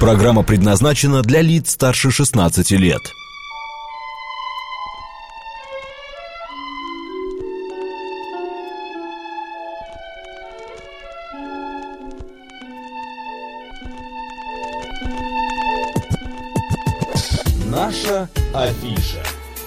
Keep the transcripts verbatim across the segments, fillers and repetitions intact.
Программа предназначена для лиц старше шестнадцати лет. Наша афиша.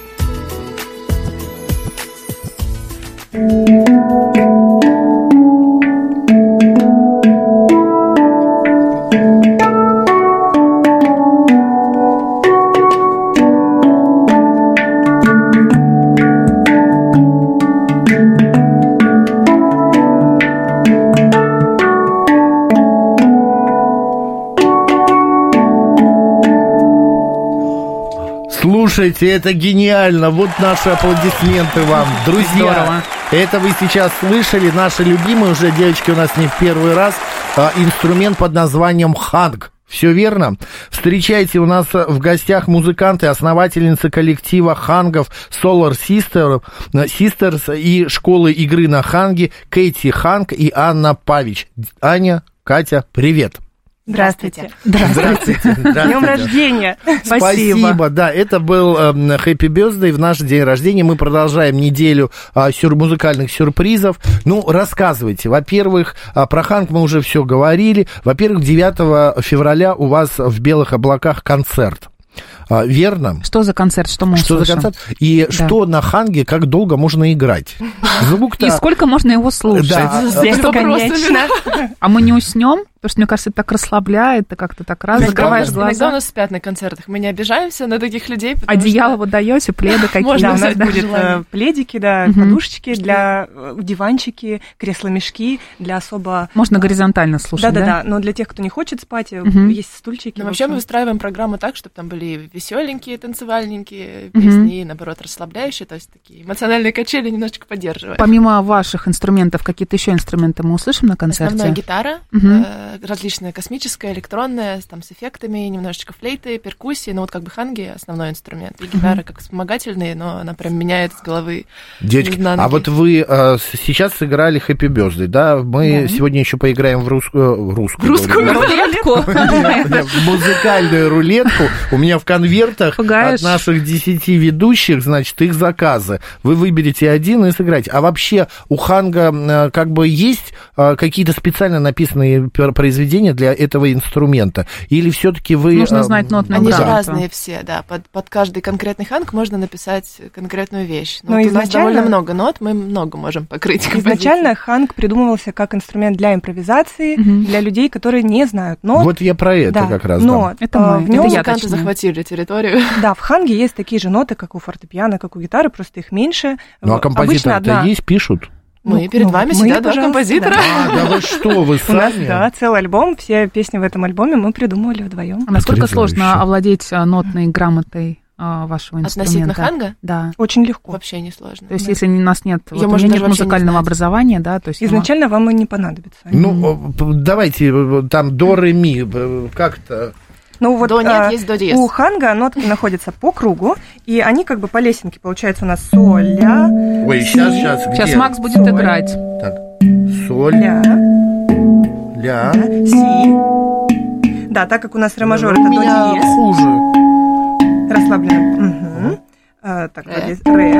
Слушайте, это гениально. Вот наши аплодисменты вам. Друзья, здорово. Это вы сейчас слышали. Наши любимые уже, девочки, у нас не в первый раз, инструмент под названием ханг. Все верно? Встречайте, у нас в гостях музыканты, основательницы коллектива хангов Solar Sister, Sisters и школы игры на ханге Кэти Ханг и Анна Павич. Аня, Катя, привет. Здравствуйте. Здравствуйте. Здравствуйте. С днем рождения. Спасибо. Спасибо. Да, это был э, Happy Birthday в наш день рождения. Мы продолжаем неделю э, сюр- музыкальных сюрпризов. Ну, рассказывайте. Во-первых, э, про ханг мы уже все говорили. Во-первых, девятого февраля у вас в Белых облаках концерт. А, верно? Что за концерт? Что мы Что услышим? за концерт? И да. Что на ханге, как долго можно играть? Звук-то... И сколько можно его слушать? Да. Бесконечно. А мы не уснем? Потому что, мне кажется, это так расслабляет, ты как-то так раз закрываешь глаза. Иногда у нас спят на концертах. Мы не обижаемся на таких людей. Одеяло что... вот даете, пледы какие-то. Да, у нас будет желание. Пледики, да, угу. подушечки, для диванчики, кресла-мешки, для особо... Можно горизонтально слушать, да? Да-да-да, но для тех, кто не хочет спать, угу. есть стульчики. Но вообще мы выстраиваем программу так, чтобы там были веселенькие, танцевальненькие песни, и, наоборот, расслабляющие, то есть такие эмоциональные качели немножечко поддерживаем. Помимо ваших инструментов, какие-то еще инструменты мы услышим на концерте? Основная гитара, угу. э, различная космическая, электронная, там с эффектами, немножечко флейты, перкуссии, но вот как бы ханги основной инструмент. И гитара как вспомогательный, но она прям меняет с головы. Девочки, а вот вы э, сейчас сыграли Happy Birthday, да? Мы да. сегодня еще поиграем в русскую... Русскую, русскую рулетку? Музыкальную рулетку. У меня в конвертах от наших десяти ведущих, значит, их заказы. Вы выберете один и сыграете. А вообще у ханга как бы есть какие-то специально написанные произведения для этого инструмента? Или все-таки вы... Нужно знать нотную Они грамоту. же разные все, да. Под, под каждый конкретный ханг можно написать конкретную вещь. Но, Но вот изначально... у нас довольно много нот, мы много можем покрыть композиции. Изначально ханг придумывался как инструмент для импровизации, угу. для людей, которые не знают нот. Вот я про это да. как раз. Но да. это мы. В нем музыканты захватили территорию. Да, в ханге есть такие же ноты, как у фортепиано, как у гитары, просто их меньше. Ну, а композиторы-то одна... есть, пишут? Мы ну, перед ну, вами мы, сидят два композитора. Да. А, да вы что, вы сами? У нас, да, целый альбом, все песни в этом альбоме мы придумывали вдвоем. А насколько сложно овладеть нотной грамотой вашего инструмента? Относительно ханга? Да. Очень легко. Вообще не сложно. То есть, да. если у нас нет, вот, у меня нет музыкального образования, да, то есть... Изначально его... вам и не понадобится. Ну, давайте, там, до, ре, ми, как-то... Ну, вот, до нет, а, есть до диез. У ханга нотки находятся по кругу, и они как бы по лесенке, получается, у нас соль, ля, Ой, си, сейчас, сейчас, где? Сейчас Макс будет соль. играть. Так, соль, ля, ля, ля, си. Да, так как у нас ре мажор, это до диез. Хуже. Расслабленно. Угу. А, так, ре. ре.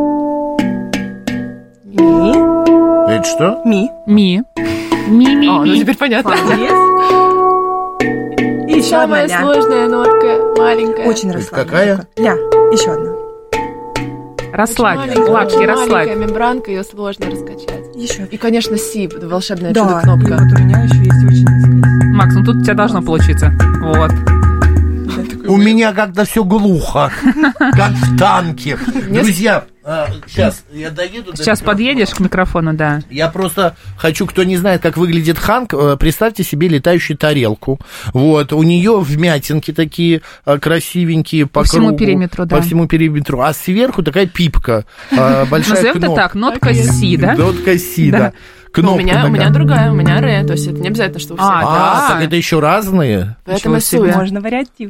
Ми. Это что? Ми. Ми. Ми, ми, О, ми. ну теперь понятно. И еще самая одна ля. сложная нотка, маленькая. Очень Это расслабленная. какая? Ля. Еще одна. Расслабь, Маленькая, лапки, очень расслабь. маленькая мембранка, ее сложно раскачать. Еще. И, конечно, си, волшебная Да, чудо-кнопка. и вот у меня еще есть очень низкая. Макс, ну тут у тебя должно получиться. Вот. У меня как-то все глухо, как в танке. Друзья, а, сейчас я доеду. Сейчас подъедешь к микрофону, да. Я просто хочу, кто не знает, как выглядит ханг, представьте себе летающую тарелку. Вот, у нее вмятинки такие красивенькие по, по всему кругу, периметру, да. По всему периметру, а сверху такая пипка, большая назовем кнопка. это так, нотка си, да? Нотка си, да. Ну, у меня, у меня другая, у меня ре, то есть это не обязательно, что у всех. А, А, да. так это еще разные. Поэтому суть. Можно вариативность. А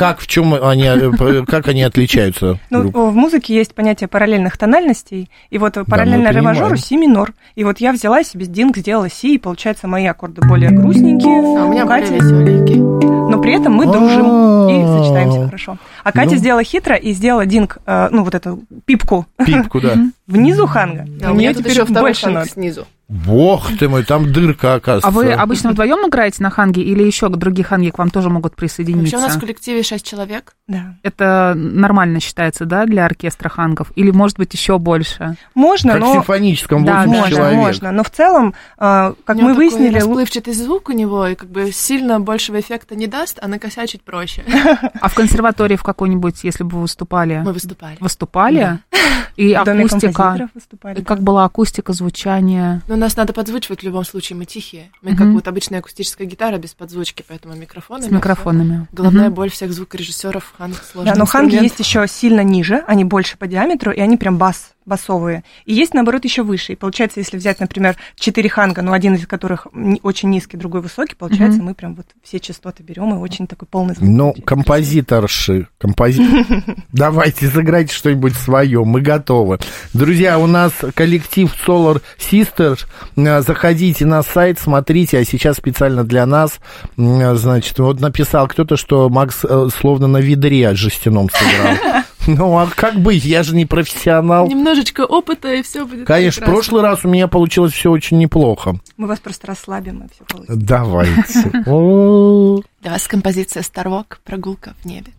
как, в чем они, как они отличаются? Ну, в музыке есть понятие параллельных тональностей, и вот параллельно ре мажору си минор. И вот я взяла себе динг, сделала си, и получается мои аккорды более грустненькие. А у меня Катя... более веселенькие. Но при этом мы дружим и сочетаемся хорошо. А Катя сделала хитро и сделала динг, ну вот эту пипку. Пипку, да. Внизу ханга. У меня тут еще второй ханг снизу. Бог ты мой, там дырка, оказывается. А вы обычно вдвоем играете на ханге или еще другие ханги к вам тоже могут присоединиться? Вообще у нас в коллективе шесть человек. Да. Это нормально считается, да, для оркестра хангов? Или, может быть, еще больше? Можно, как но... в симфоническом да, восемь можно, человек. можно. Но в целом, как мы выяснили... расплывчатый звук у него, и как бы сильно большего эффекта не даст, а накосячить проще. А в консерватории в какой-нибудь, если бы вы выступали? Мы выступали. Выступали? Да. И акустика? Как была акустика, звучание? Ну, нас надо подзвучивать в любом случае, мы тихие. Мы как вот обычная акустическая гитара без подзвучки, поэтому микрофонами. С микрофонами. Головная боль всех звукорежиссеров, ханг сложный Да, но инструмент. ханги есть еще сильно ниже, они больше по диаметру, и они прям бас, басовые. И есть, наоборот, еще выше. И получается, если взять, например, четыре ханга, ну, один из которых очень низкий, другой высокий, получается, mm-hmm. мы прям вот все частоты берем, и очень такой полный звук. Ну, композиторши, композитор. Давайте сыграйте что-нибудь свое, мы готовы. Друзья, у нас коллектив Solar Sisters. Заходите на сайт, смотрите, а сейчас специально для нас, значит, вот написал кто-то, что Макс словно на ведре жестяном сыграл. Ну, а как быть? Я же не профессионал. Немножечко опыта, и все будет Конечно, прекрасно. В прошлый раз у меня получилось все очень неплохо. Мы вас просто расслабим, и все получится. Давайте. Для вас композиция Starwalk «Прогулка в небе».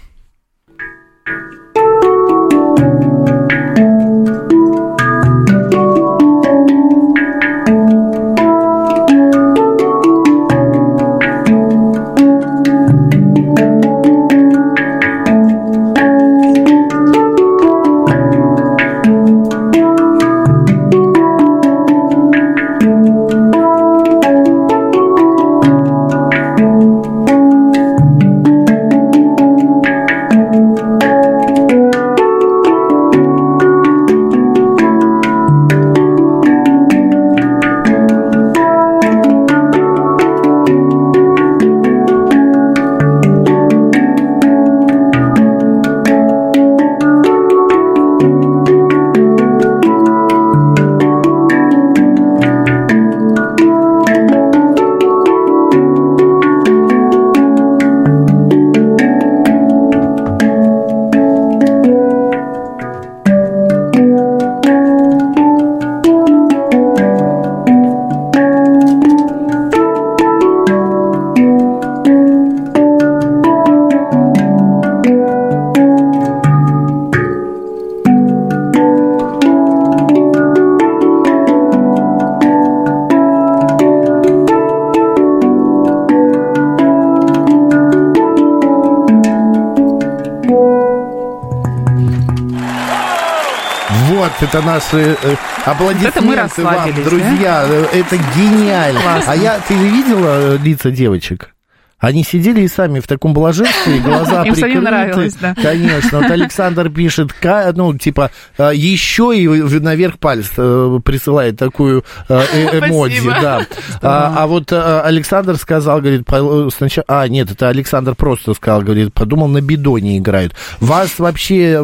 Это наши э, аплодисменты это мы вам, друзья. Да? Это гениально. Классно. А я, ты видела лица девочек? Они сидели и сами в таком блаженстве, глаза Им прикрыты. самим нравилось, да. Конечно. Вот Александр пишет, ну, типа, еще и наверх палец присылает такую эмодзи. Да. А, а вот Александр сказал, говорит, сначала... А, нет, это Александр просто сказал, говорит, подумал, на бидоне играют. Вас вообще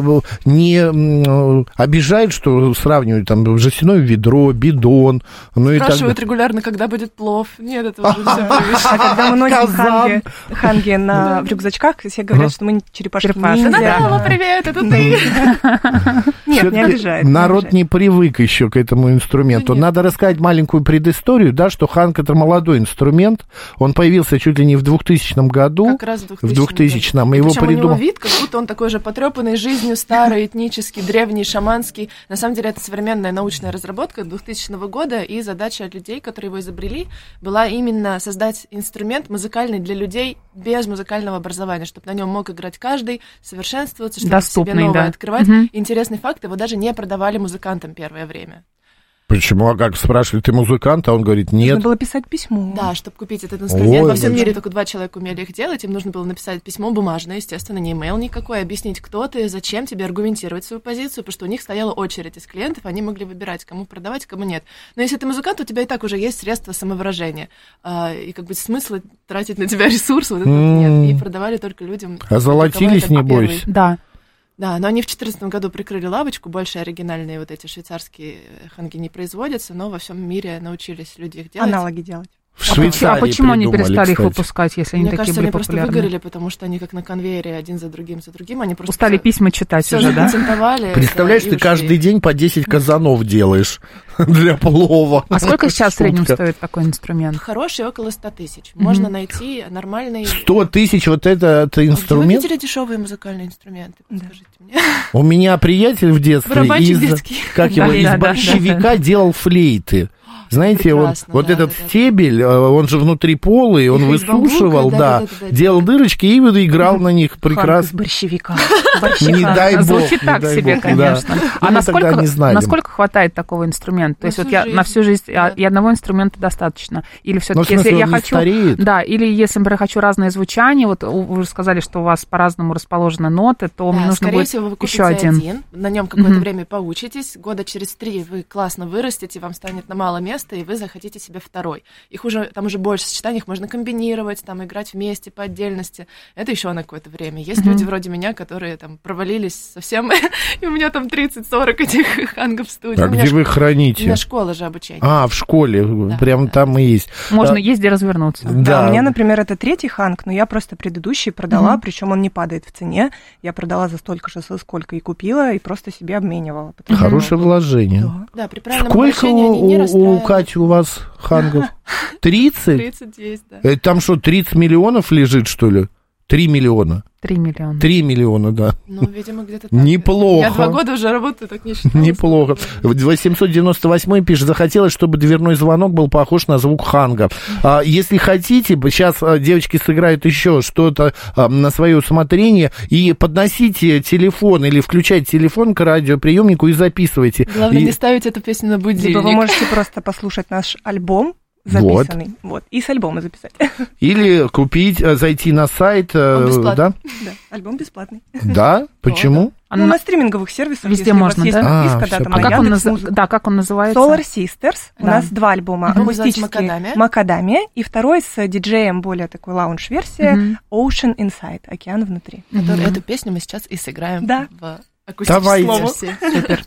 не обижает, что сравнивают там жестяное ведро, бидон, ну и так далее? Спрашивают регулярно, когда будет плов. Нет, это уже все привычно. А когда мы носим ханги, ханги на, в рюкзачках, все говорят, что мы черепашки ниндзя. Наталья, привет, это ты. Нет, не обижает. Народ не привык еще к этому инструменту. Надо рассказать маленькую предысторию, да, что ханг — это молодой инструмент. Он появился чуть ли не в двухтысячном году. Как раз в двухтысячном. В двухтысячном. Его причем придумал... у него вид, как будто он такой же потрепанный жизнью, старый, этнический, древний, шаманский. На самом деле это современная научная разработка двухтысячного года, и задача людей, которые его изобрели, была именно создать инструмент музыкальный для людей без музыкального образования, чтобы на нем мог играть каждый, совершенствоваться, чтобы доступный, себе новое да. открывать. Угу. Интересный факт, его даже не продавали музыкантам первое время. Почему? А как спрашивали, ты музыкант? А он говорит, нет. Нужно было писать письмо. Да, чтобы купить этот инструмент. Ой, Во всем да. мире только два человека умели их делать. Им нужно было написать письмо бумажное, естественно, не имейл никакой, объяснить, кто ты, зачем тебе, аргументировать свою позицию, потому что у них стояла очередь из клиентов, они могли выбирать, кому продавать, кому нет. Но если ты музыкант, у тебя и так уже есть средства самовыражения. А, и как бы смысла тратить на тебя ресурсы вот этого Mm. нет. И продавали только людям. Озолотились, небось? Да. Да, но они в две тысячи четырнадцатом году прикрыли лавочку, больше оригинальные вот эти швейцарские ханги не производятся, но во всем мире научились люди их делать. Аналоги делать. В Швейцарии А почему они придумали, перестали их кстати. выпускать, если они Мне такие кажется, были они просто популярны? выгорели, потому что они как на конвейере один за другим, за другим, они просто Устали письма читать все уже, да? запатентовали. Представляешь, да, и ты ушли. каждый день по десять казанов делаешь для плова. А сколько сейчас в среднем Шутка. стоит такой инструмент? Хороший около ста тысяч. Можно найти нормальный... Сто тысяч, вот это, это Где вы инструмент? видели дешевые музыкальные инструменты? Подскажите мне. У меня приятель в детстве Барабанчик из, детский. как Да, его, да, из да, борщевика да, да. делал флейты. Знаете, он, Прекрасно, вот да, этот да, да. стебель, э, он же внутри полый, он Их из бамбука, высушивал, да, да, да, да, да, делал дырочки и вот играл на них Ханг из прекрасно. борщевика. Не Борщевика. дай бог, Звучит не так дай себе, бог, конечно. да. А Мы насколько, тогда не знали. насколько хватает такого инструмента? То На есть всю вот я жизнь. на всю жизнь Да. а, и одного инструмента достаточно? Или Ну, в все-таки, смысле, если я он не хочу... стареет? Да, или если, например, хочу разное звучание, вот у- вы же сказали, что у вас по-разному расположены ноты, то мне Да, нужно скорее будет всего, вы купите еще один. один, на нем какое-то Мгм. время поучитесь, года через три вы классно вырастете, вам станет на мало места, и вы захотите себе второй. Их уже, там уже больше сочетаний, их можно комбинировать, там играть вместе по отдельности. Это еще на какое-то время. Есть Мгм. люди вроде меня, которые там провалились совсем, и у меня там тридцать-сорок этих хангов в студии. А У меня где ш- вы У храните? меня школа же обучения. А, в школе, Да, прям да. там и есть. Можно А, есть где развернуться. Да, у меня, например, это третий ханг, но я просто предыдущий продала, Мгм. причем он не падает в цене. Я продала за столько же, за сколько и купила, и просто себе обменивала. потому что- Хорошее вложение. Да. Да, при правильном Сколько обращении они не у, у расстраивают. Кати у вас хангов? тридцать? тридцать есть, да. Это там что, тридцать миллионов лежит, что ли? три миллиона. Три миллиона. три миллиона, да. Ну, видимо, где-то так. Неплохо. Я два года уже работаю, так не считала. Неплохо. восемьсот девяносто восьмой пишет, захотелось, чтобы дверной звонок был похож на звук ханга. А, если хотите, сейчас а, девочки сыграют еще что-то а, на свое усмотрение, и подносите телефон или включайте телефон к радиоприемнику и записывайте. Главное, И- не ставить эту песню на будильник. Либо вы можете просто послушать наш альбом записанный, вот, и с альбома записать. Или купить, а, зайти на сайт. а, Он бесплатный. да? Да, альбом бесплатный. Да? Почему? А Ну, на- на стриминговых сервисах, Везде если у можно, вас есть да? подписка, А, да, всё там А на как он, Яндекс наз- Музыку. да, как он называется? Solar Sisters. У Да. нас два альбома. Альбом называется Акустический «Макадамия». «Макадамия», и второй с диджеем, более такой лаунж-версия, Мгм. Ocean Inside, океан внутри. Эту, Мгм. эту песню мы сейчас и сыграем Да. в акустическом Давайте. версии. Супер.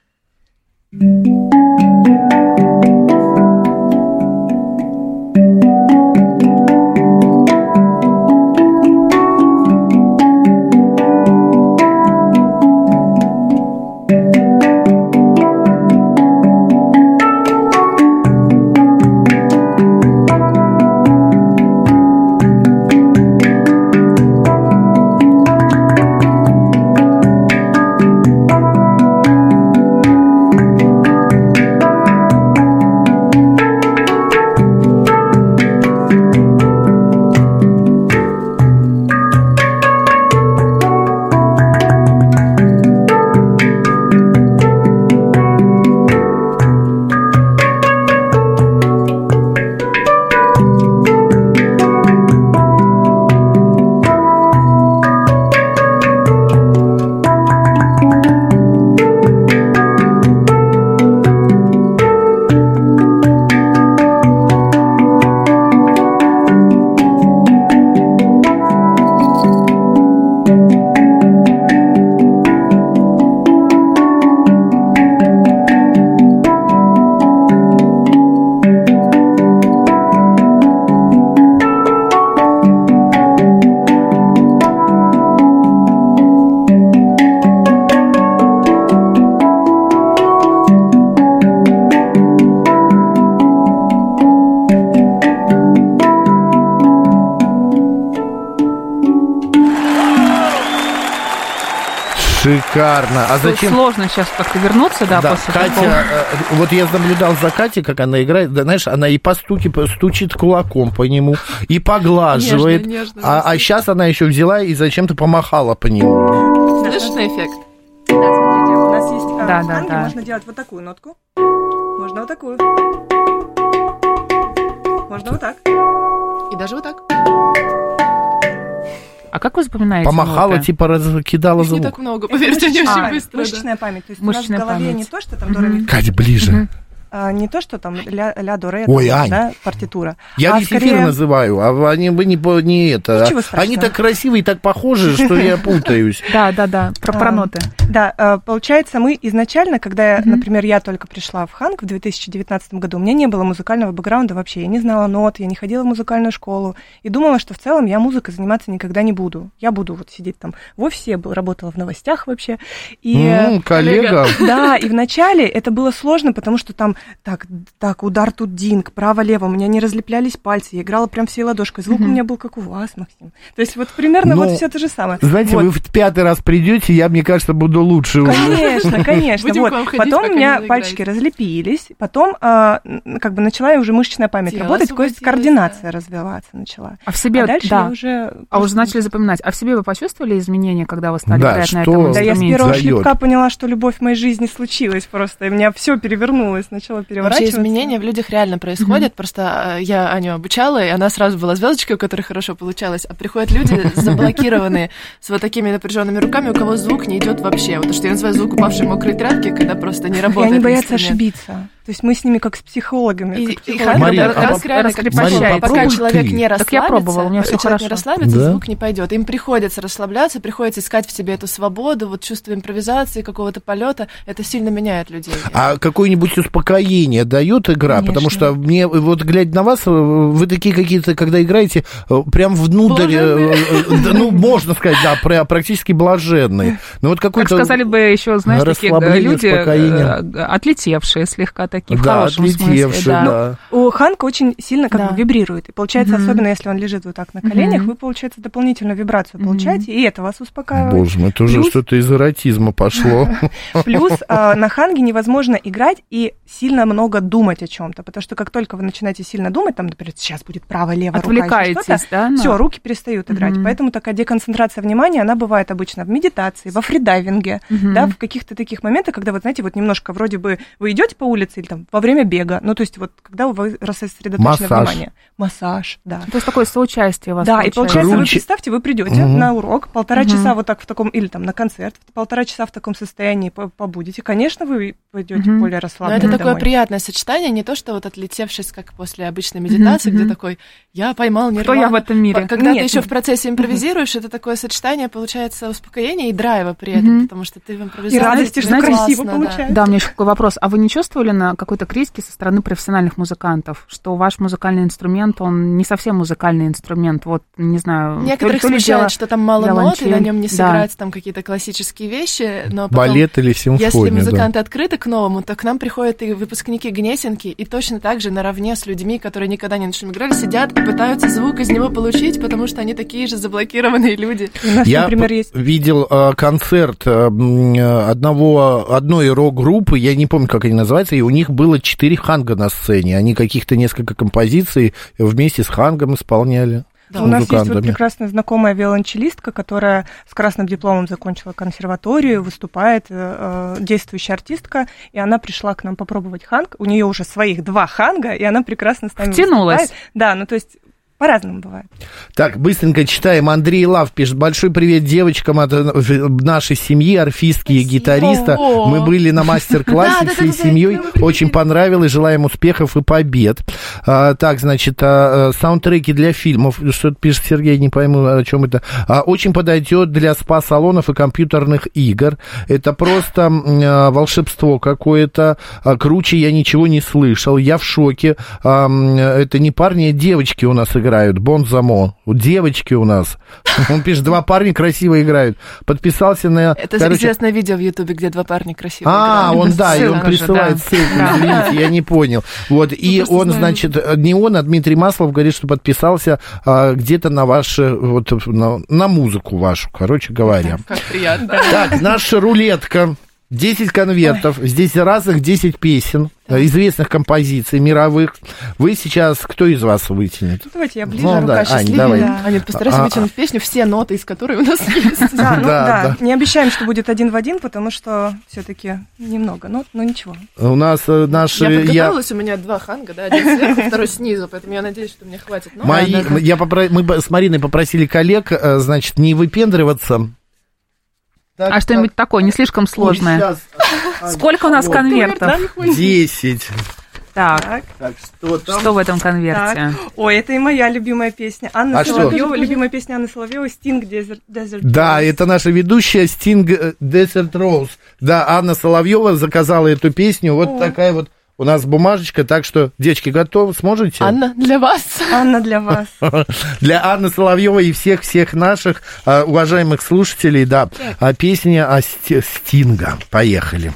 Шикарно. А зачем? Сложно сейчас как-то вернуться, да, Да, после Катя, такого. э, вот я наблюдал за Катей, как она играет, да, знаешь, она и по стуке стучит кулаком по нему, и поглаживает, Нежно, нежно, а, а сейчас она еще взяла и зачем-то помахала по нему. Слышно эффект? Да, смотрите, у нас есть а, Да, в да, ханге да. можно делать вот такую нотку. Можно вот такую. Можно вот так. И даже вот так. А как вы запоминаете Помахала, ноты? типа раскидала Их звук. не так много, поверьте, они А, очень быстро. да. мышечная память. То есть Мышечная у нас в голове память. не то, что там до, ре, ми, фа, Кать, ближе. а, не то, что там ля, ля до, ре, Ой, там, Ань. да, партитура. Я а весь скорее... эфир называю, а они бы не, по- не это. Ничего страшного. Они так красивые и так похожи, что я путаюсь. Да, да, да, про, про А, ноты. Да, а, получается, мы изначально, когда, mm-hmm. например, я только пришла в Ханг в две тысячи девятнадцатом году, у меня не было музыкального бэкграунда вообще, я не знала нот, я не ходила в музыкальную школу, и думала, что в целом я музыкой заниматься никогда не буду. Я буду вот сидеть там в офисе, я был- работала в новостях вообще. И, М, коллега. да, и вначале это было сложно, потому что там так, так удар тут динг, право-лево, у меня не разлеплялись пальцы, я играла прям всей ладошкой, звук mm-hmm. у меня был как у вас, Максим. То есть вот примерно Ну, вот все то же самое. Знаете, Вот. вы в пятый раз придете, я, мне кажется, буду лучше уже. Конечно, конечно. Будем Вот. к вам ходить, Потом пока у меня не пальчики разлепились, потом а, н- как бы начала я уже мышечная память Тело работать, то есть освободилось, координация да. развиваться начала. А в себе, А дальше да. я уже... А уже просто- начали запоминать. А в себе вы почувствовали изменения, когда вы стали Да, играть на что- этом Да, я с инструменте? первого Заёт. шлепка поняла, что любовь в моей жизни случилась просто. И у меня все перевернулось, начало Вообще переворачиваться. изменения в людях реально происходят. Просто э, я Аню обучала, и она сразу была звездочкой, у которой хорошо получалось. А приходят люди заблокированные, с вот такими напряженными руками, у кого звук не идет вообще. Вот то, что я называю звук упавшей мокрой тряпки, когда просто не И работает они боятся инструмент. ошибиться. То есть мы с ними как с психологами. И, как и психологи. Марина, как а раз поп- реально, как раскрепощается. пока попробуй человек ты. не расслабится, Так я пробовала, у меня всё человек хорошо. не расслабится, Да? звук не пойдет. Им приходится расслабляться, приходится искать в себе эту свободу, вот чувство импровизации, какого-то полета. Это сильно меняет людей. А какое-нибудь успокоение дает игра? Конечно. Потому что мне, вот глядя на вас, вы такие какие-то, когда играете, прям внутрь, э, э, да, ну, можно сказать, да, пра- практически блаженные. Но вот Как какой-то... сказали бы еще, знаешь, такие э, расслабление, люди, успокоение. э, отлетевшие слегка такие, в Да, хорошем смысле. отлетевшие, Да. да. У Ханка очень сильно как Да. бы вибрирует. И получается, Мгм. особенно если он лежит вот так на коленях, Мгм. вы, получается, дополнительную вибрацию Мгм. получаете, и это вас успокаивает. Боже мой, это уже Плюс- что-то из эротизма пошло. Плюс а, на ханге невозможно играть и сильно много думать о чем-то, потому что как только вы начинаете сильно думать, там, например, сейчас будет право, лево, рука, Отвлекаетесь, да? на- все, руки перестают играть. Мгм. Поэтому такая деконцентрация внимания, она бывает обычно в медитации, во фридайвинге, Мгм. да, в каких-то таких моментах, когда, вот знаете, вот немножко вроде бы вы идете по улице или там во время бега, ну, то есть вот когда вы рассредоточено Массаж. внимание. Массаж, да. То есть такое соучастие у вас Да, и получается, вы Круче. представьте, вы придете Мгм. на урок, полтора Мгм. часа вот так в таком, или там на концерт, полтора часа в таком состоянии по- побудете, конечно, вы пойдете Мгм. более Но расслаблены это такое домой. приятное сочетание, не то, что вот отлетевшись, как после обычной медитации, Мгм, где мгм. такой, я поймал нирвану. Кто я в этом мире? Когда Нет. ты еще в процессе импровизируешь, это такое сочетание, получается, успокоения и драйва при этом, Мгм. потому что ты в импровизации... И радости, что тебе красиво классно, да. получается. Да, у меня еще такой вопрос. А вы не чувствовали на какой-то критике со стороны профессиональных музыкантов, что ваш музыкальный инструмент, он не совсем музыкальный инструмент? Вот, не знаю... Некоторых то ли смущает, дело что там мало нот, и на виолончель. нем не Да. сыграть там какие-то классические вещи, но потом... Балет или Если симфония, да. музыканты открыты к новому, то к нам приходят и выпускники Гнесинки, и точно так же наравне с людьми, которые никогда не на чем играли, сидят и пытаются звук из него получить, потому что они такие же заблокированные люди. У нас, Я например, п- есть... видел э, концерт э, м, э, одного, одной рок-группы, я не помню, как они называются, и у них было четыре ханга на сцене. Они каких-то несколько композиций вместе с хангом исполняли. Да, с У нас есть вот музыкантами. прекрасная знакомая виолончелистка, которая с красным дипломом закончила консерваторию, выступает, э, э, действующая артистка, и она пришла к нам попробовать ханг. У нее уже своих два ханга, и она прекрасно с нами Втянулась. выступает. Да, ну то есть по-разному бывает. Так, быстренько читаем. Андрей Лав пишет. Большой привет девочкам от э, нашей семьи, орфистки и Спасибо. гитариста. О. Мы были на мастер-классе Да, да, всей да, да, семьей. да, да, Очень привет. понравилось. Желаем успехов и побед. А, так, значит, а, саундтреки для фильмов. Что-то пишет Сергей, не пойму, о чем это. А, очень подойдет для спа-салонов и компьютерных игр. Это просто а, волшебство какое-то. А, круче я ничего не слышал. Я в шоке. А, это не парни, а девочки у нас играют. Бонзамо. Девочки у нас. Он пишет, два парня красиво играют. Подписался на... Это короче, известное видео в Ютубе, где два парня красиво а, играют. он, да, и он Ссылка же, присылает да. ссылку, Да. извините, я не понял. Вот, и просто он, знаем. значит, не он, а Дмитрий Маслов говорит, что подписался а, где-то на ваши, вот, на, на музыку вашу, короче говоря. Как приятно. Так, наша рулетка. десять конвертов, Ой. Здесь разных десять песен, да. Известных композиций, мировых. Вы сейчас, кто из вас вытянет? Давайте я ближе. Ну, рука да. Ань, давай. Да. Аня, постарайся а, вытянуть а... песню, все ноты, из которой у нас есть. Да, ну да, не обещаем, что будет один в один, потому что все-таки немного нот, но ничего. У нас наши... Я подготовилась, у меня два ханга, да, один сверху, второй снизу, поэтому я надеюсь, что мне хватит. Мои, я попро... Мы с Мариной попросили коллег, значит, не выпендриваться. Так, а что-нибудь так... такое, не слишком сложное? Ой, сейчас... Сколько у нас вот. Конвертов? Десять. Так, так что, там? Что в этом конверте? Так. Ой, это и моя любимая песня. Анна а Соловьева, любимая песня Анны Соловьевой, Sting Desert, Desert Да, Rose. это наша ведущая Sting Desert Rose. Да, Анна Соловьева заказала эту песню. Вот О. такая вот у нас бумажечка, так что, девочки, готовы, сможете? Анна, для вас. Анна, для вас. Для Анны Соловьевой и всех-всех наших uh, уважаемых слушателей, да, uh, песня о ст- Стинга. Поехали.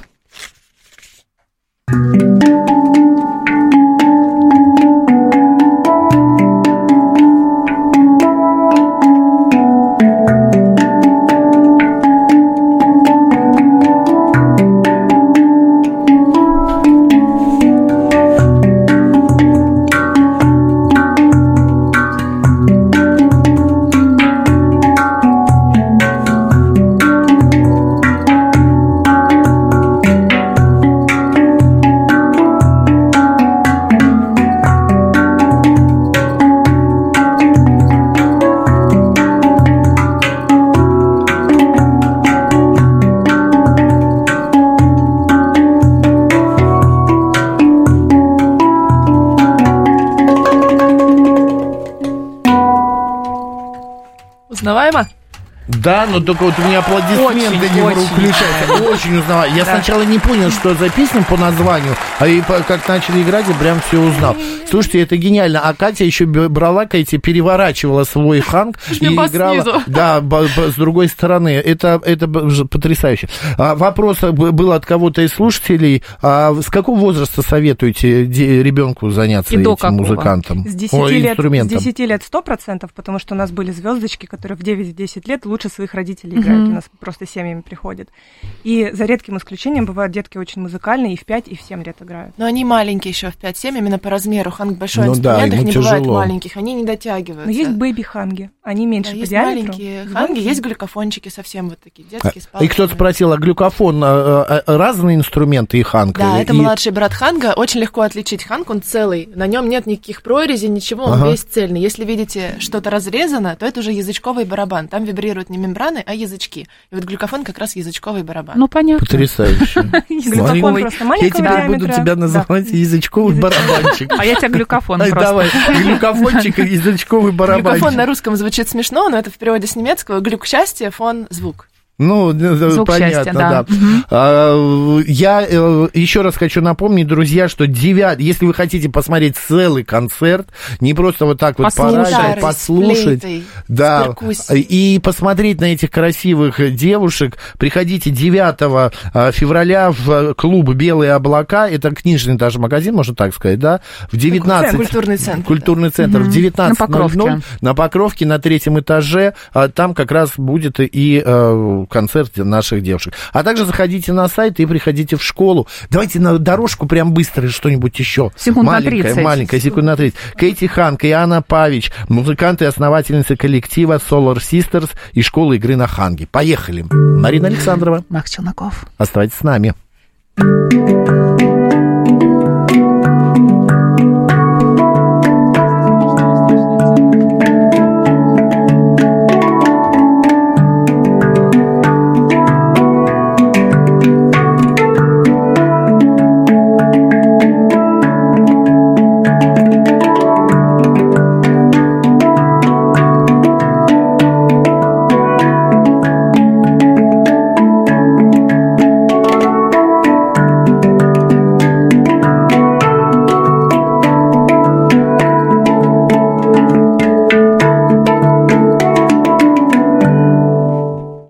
Узнаваемо? Да, но только вот у меня аплодисменты очень, не очень. Включаются. Очень узнаваемо. Я да. сначала не понял, что за песня по названию, а и как начали играть, я прям все узнал. Слушайте, это гениально. А Катя еще брала, Катя переворачивала свой ханг и играла. Снизу. Да, с другой стороны. Это, это потрясающе. А, вопрос был от кого-то из слушателей. А с какого возраста советуете ребенку заняться и этим какого? Музыкантом? С десяти лет, с десяти лет сто процентов, потому что у нас были звездочки, которые в девять-десять лет лучше своих родителей играют. Mm-hmm. У нас просто семьями приходят. И за редким исключением бывают детки очень музыкальные, и в пять, и в семь лет играют. Но они маленькие еще в пять-семь, именно по размеру. Ханг большой, ну, инструмент, да, их не тяжело. Бывает маленьких, они не дотягиваются. Но есть бэйби-ханги, они меньше да, по есть диаметру. Маленькие ханги, есть глюкофончики совсем вот такие детские. А, и кто-то спросил, а глюкофон, а, а, разные инструменты и ханг? Да, и... это младший брат ханга, очень легко отличить. Ханг, он целый, на нем нет никаких прорезей, ничего, он ага. весь цельный. Если видите, что-то разрезано, то это уже язычковый барабан. Там вибрируют не мембраны, а язычки. И вот глюкофон как раз язычковый барабан. Ну, понятно. Потрясающе. Глюкофон просто маленького диаметра. Я теперь буду тебя называть язычковый барабанчик. А я тебя глюкофон просто. Давай, глюкофончик и язычковый барабанчик. Глюкофон на русском звучит смешно, но это в переводе с немецкого. Глюк счастье, фон звук. Ну, звук понятно, счастья, да. да. Угу. Я еще раз хочу напомнить, друзья, что девять, если вы хотите посмотреть целый концерт, не просто вот так вот порадовать, послушать, да, и посмотреть на этих красивых девушек, приходите девятого февраля в клуб «Белые облака», это книжный даже магазин, можно так сказать, да, в девятнадцать... Культурный центр. Культурный центр, угу. В девятнадцать ноль ноль на Покровке, на третьем этаже, там как раз будет и... концерте наших девушек. А также заходите на сайт и приходите в школу. Давайте на дорожку прям быстро что-нибудь еще. Секунд маленькая, на тридцать. Маленькая, секунд на тридцать. Кэти Ханг и Анна Павич, музыканты и основательницы коллектива Solar Sisters и школы игры на ханге. Поехали. Марина Александрова. Макс Челноков. Оставайтесь с нами.